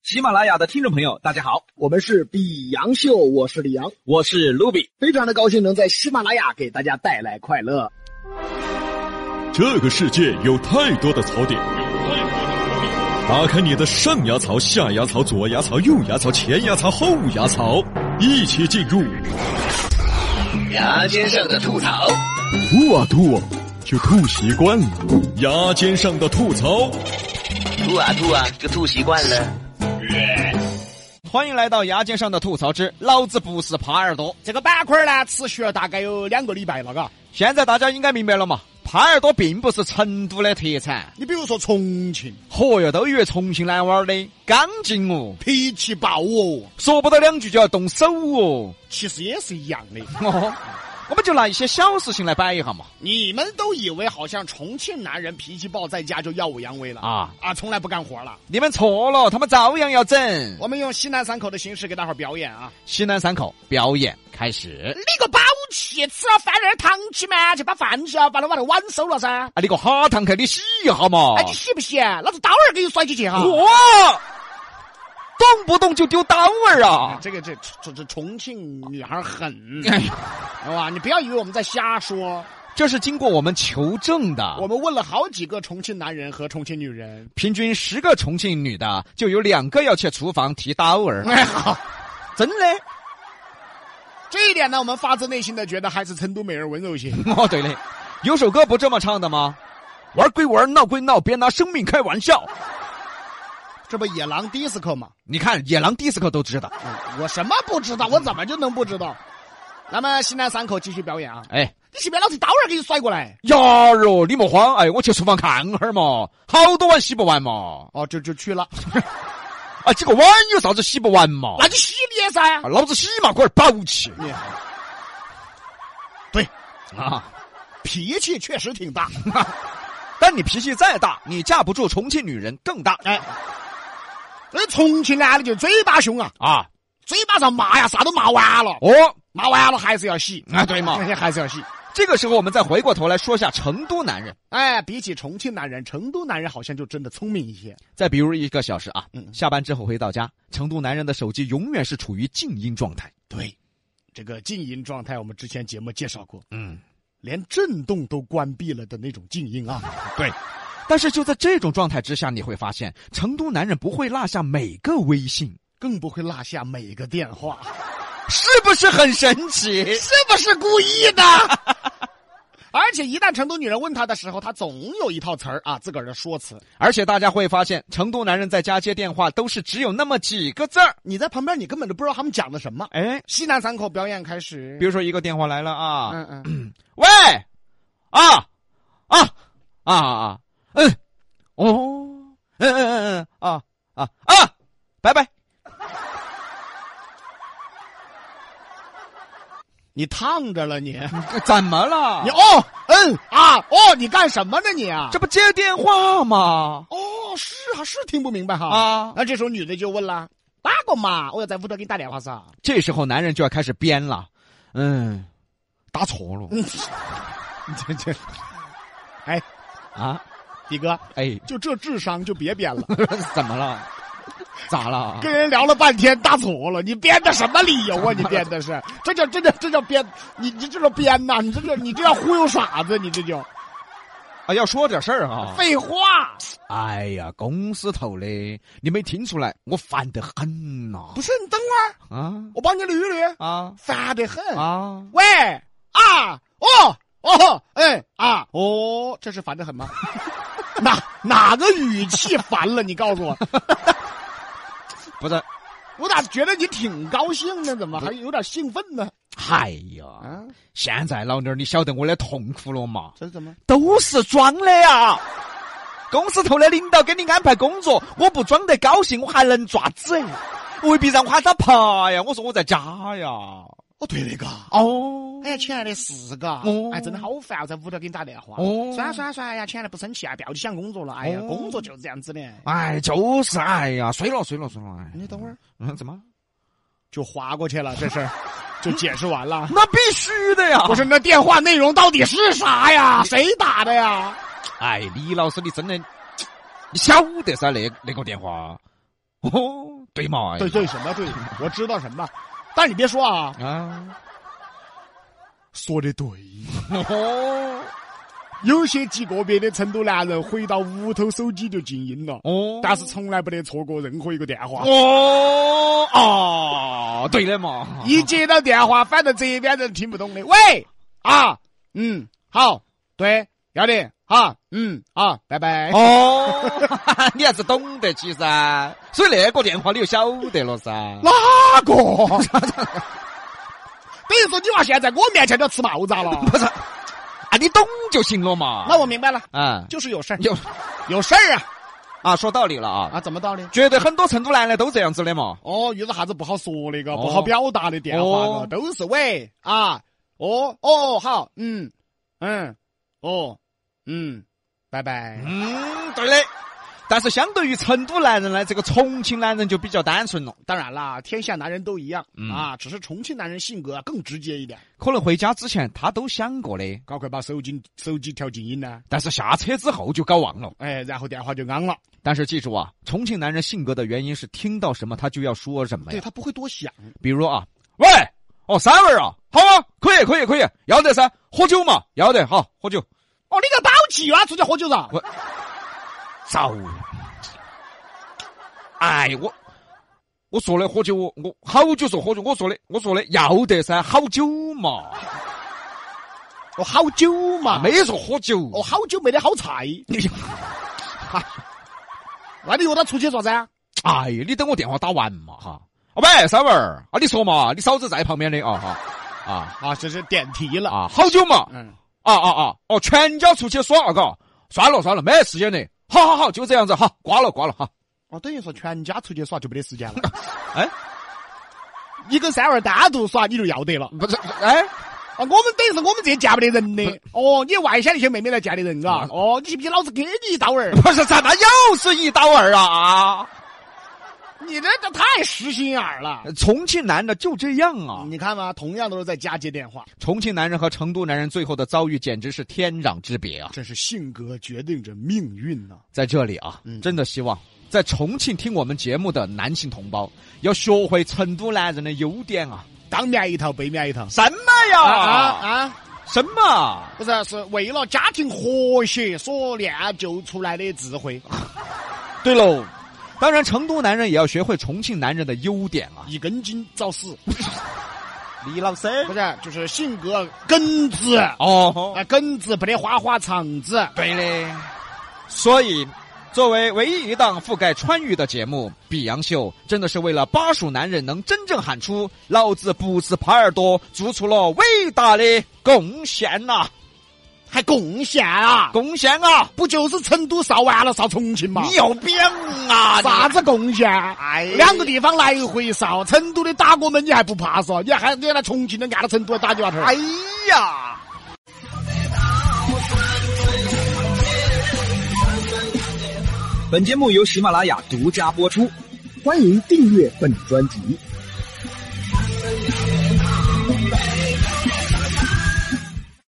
喜马拉雅的听众朋友大家好， 我们是比洋秀，我是李阳， 我是卢比， 非常的高兴能在喜马拉雅给大家带来快乐。 这个世界有太多的槽点，打开你的上牙槽、下牙槽、左牙槽、右牙槽、前牙槽、后牙槽，一起进入牙尖上的吐槽。 吐啊吐啊，就吐习惯了。牙尖上的吐槽， 吐啊吐啊，就吐习惯了。 欢迎来到牙尖上的吐槽之老子不是耙耳朵。 这个板块呢，持续了大概有2个礼拜了，嘎。 现在大家应该明白了嘛，耙耳朵并不是成都的特产。 你比如说重庆， 嚯哟，都以为重庆男娃儿的刚劲哦， 脾气暴哦， 说不到2句就要动手哦。 其实也是一样的。 我们就拿一些小事情来摆一下嘛。 你们都以为好像重庆男人脾气暴，在家就耀武扬威了啊，从来不干活了。 你们错了，他们照样要整。 我们用西南三口的形式给大伙儿表演啊。 西南三口表演开始。 你个宝气，吃了饭那糖起嘛，就把饭吃了，把那碗收了噻。 啊，你个哈堂客，你洗一下嘛。 哎，你洗不洗？老子刀儿给你甩起去哈。 哇！动不动就丢刀儿啊！ 这重庆女孩狠，好吧？你不要以为我们在瞎说， 这是经过我们求证的。 我们问了好几个重庆男人和重庆女人， 平均10个重庆女的就有2个要去厨房提刀儿。 哎，好， 真的。 这一点呢，我们发自内心的觉得还是成都妹儿温柔些。 哦，对嘞，有首歌不这么唱的吗？玩归玩，闹归闹，别拿生命开玩笑。 这不野狼迪斯科吗？ 你看野狼迪斯科都知道。 我什么不知道？我怎么就能不知道？那么西南三口继续表演啊！ 哎， 你是不是老子刀儿给你甩过来？ 呀哟，你莫慌，哎，我去厨房看会儿嘛，好多碗洗不完嘛。 哦，就去了。 啊，几个碗有啥子洗不完嘛？ 那就洗脸噻！ 啊，老子洗嘛，龟儿宝气。 对啊， 脾气确实挺大。 但你脾气再大，你架不住重庆女人更大。 哎，这重庆男的就嘴巴凶啊，嘴巴上骂呀，啥都骂完了。哦，骂完了还是要洗啊，对嘛， 还是要洗。 这个时候我们再回过头来说下成都男人。 哎，比起重庆男人，成都男人好像就真的聪明一些。 再比如1个小时啊，下班之后回到家，成都男人的手机永远是处于静音状态。 对，这个静音状态我们之前节目介绍过。连震动都关闭了的那种静音啊。 对，但是就在这种状态之下，你会发现成都男人不会落下每个微信， 更不会落下每个电话。 是不是很神奇？ 是不是故意的？而且一旦成都女人问他的时候，他总有一套词儿啊，自个儿的说辞。 而且大家会发现，成都男人在家接电话都是只有那么几个字儿， 你在旁边你根本就不知道他们讲的什么。 哎， 西南三口表演开始。 比如说一个电话来了啊，喂，拜拜。 你烫着了你？ 怎么了？ 你你干什么呢你啊？ 这不接电话吗？ 是啊，是听不明白哈。那这时候女的就问了，哪个嘛？我要在屋头给你打电话噻。 这时候男人就要开始编了，打错了。 迪哥， 哎， 就这智商就别编了。 怎么了？咋了？ 跟人聊了半天打错了，你编的什么理由啊？你编的是这叫编，你这叫编呐？你这叫忽悠傻子，你这就啊，要说点事儿哈。 废话。 哎呀，公司头的，你没听出来我烦得很呐？ 不是，你等会儿啊，我帮你捋捋啊，烦得很啊。喂这是烦得很吗？哪个语气烦了？你告诉我。 不是， 我咋觉得你挺高兴呢？怎么还有点兴奋呢？ 哎呀，现在老妞儿，你晓得我的痛苦了吗？ 这是怎么？ 都是装的呀！公司头的领导给你安排工作，我不装得高兴，我还能爪子？未必让我喊他爬呀！我说我在家呀。 对那个哎呀，亲爱的是个真的好烦，我在屋头给你打电话。算呀，亲爱的不生气啊，不要去想工作了。哎呀，工作就是这样子的。 哎，就是哎呀，睡了。 你等会儿， 怎么就划过去了？这事儿就解释完了？ 那必须的呀！ 不是，那电话内容到底是啥呀？谁打的呀？ 哎，李老师，你真的，你晓得噻？那个电话， 对嘛？ 对什么对？我知道什么，但是你别说啊，说的对。有些极个别的成都男人回到屋头手机就静音了，但是从来不得错过任何一个电话。 对的嘛， 一接到电话，反正这边人听不懂的。喂，好，对，要得，好，拜拜。 你还是懂得起噻，所以那个电话你就晓得了噻。 哪个？等于说你娃现在在我面前都要吃帽子了？ 不是。你懂就行了嘛。 那我明白了，就是有事儿，有事儿啊！说道理了啊！ 怎么道理？ 绝对很多成都男的都这样子的嘛。 遇到啥子不好说那个，不好表达的电话都是喂好，拜拜。 对的。但是相对于成都男人呢，这个重庆男人就比较单纯了。 当然啦，天下男人都一样只是重庆男人性格更直接一点。 可能回家之前他都想过的， 赶快把手机调静音呢。 但是下车之后就搞忘了， 然后电话就昂了。 但是记住啊，重庆男人性格的原因是听到什么他就要说什么呀。 对，他不会多想。 比如喂，三位好啊，可以，要得噻，喝酒嘛，要得，好，喝酒。 你个宝气啊，出去喝酒噻。 我说的喝酒，我好久说喝酒，我说的要得噻，好酒嘛。 好酒嘛， 没说喝酒。 好酒没得好菜。那你约他出去做噻？ 你等我电话打完嘛哈。喂，三位你说嘛，你嫂子在旁边的这是点题了好久嘛。全家出去耍嘎。算了，没时间的。好，就这样子，好，挂了哈。 等于说全家出去耍就没得时间了。你跟三儿单独耍你就要得了。 不是， 我们等于是我们这见不得人的。你外乡那些妹妹来见的人啊。你信不信老子给你一刀儿？ 不是，怎么又是一刀儿啊？ 你这太实心眼了。 重庆男的就这样啊。 你看嘛，同样都是在家接电话。 重庆男人和成都男人最后的遭遇简直是天壤之别啊！ 这是性格决定着命运啊。 在这里真的希望在重庆听我们节目的男性同胞要学会成都男人的优点啊。 当面一套背面一套。 什么呀？什么？ 不是，是为了家庭和谐所练就出来的智慧。 对喽。当然成都男人也要学会重庆男人的优点啊。 一根筋找死。 李老师不是，就是性格耿直耿直不得花肠子。 对的。所以作为唯一一档覆盖川渝的节目《比洋秀》，真的是为了巴蜀男人能真正喊出老子不是耙耳朵，做出了伟大的贡献呐。 还贡献啊！不就是成都烧完了烧重庆吗？ 你有病啊！ 啥子贡献？两个地方来回烧，成都的打我们你还不怕嗦？你还来重庆的按到成都打几瓦头？ 本节目由喜马拉雅独家播出，欢迎订阅本专辑。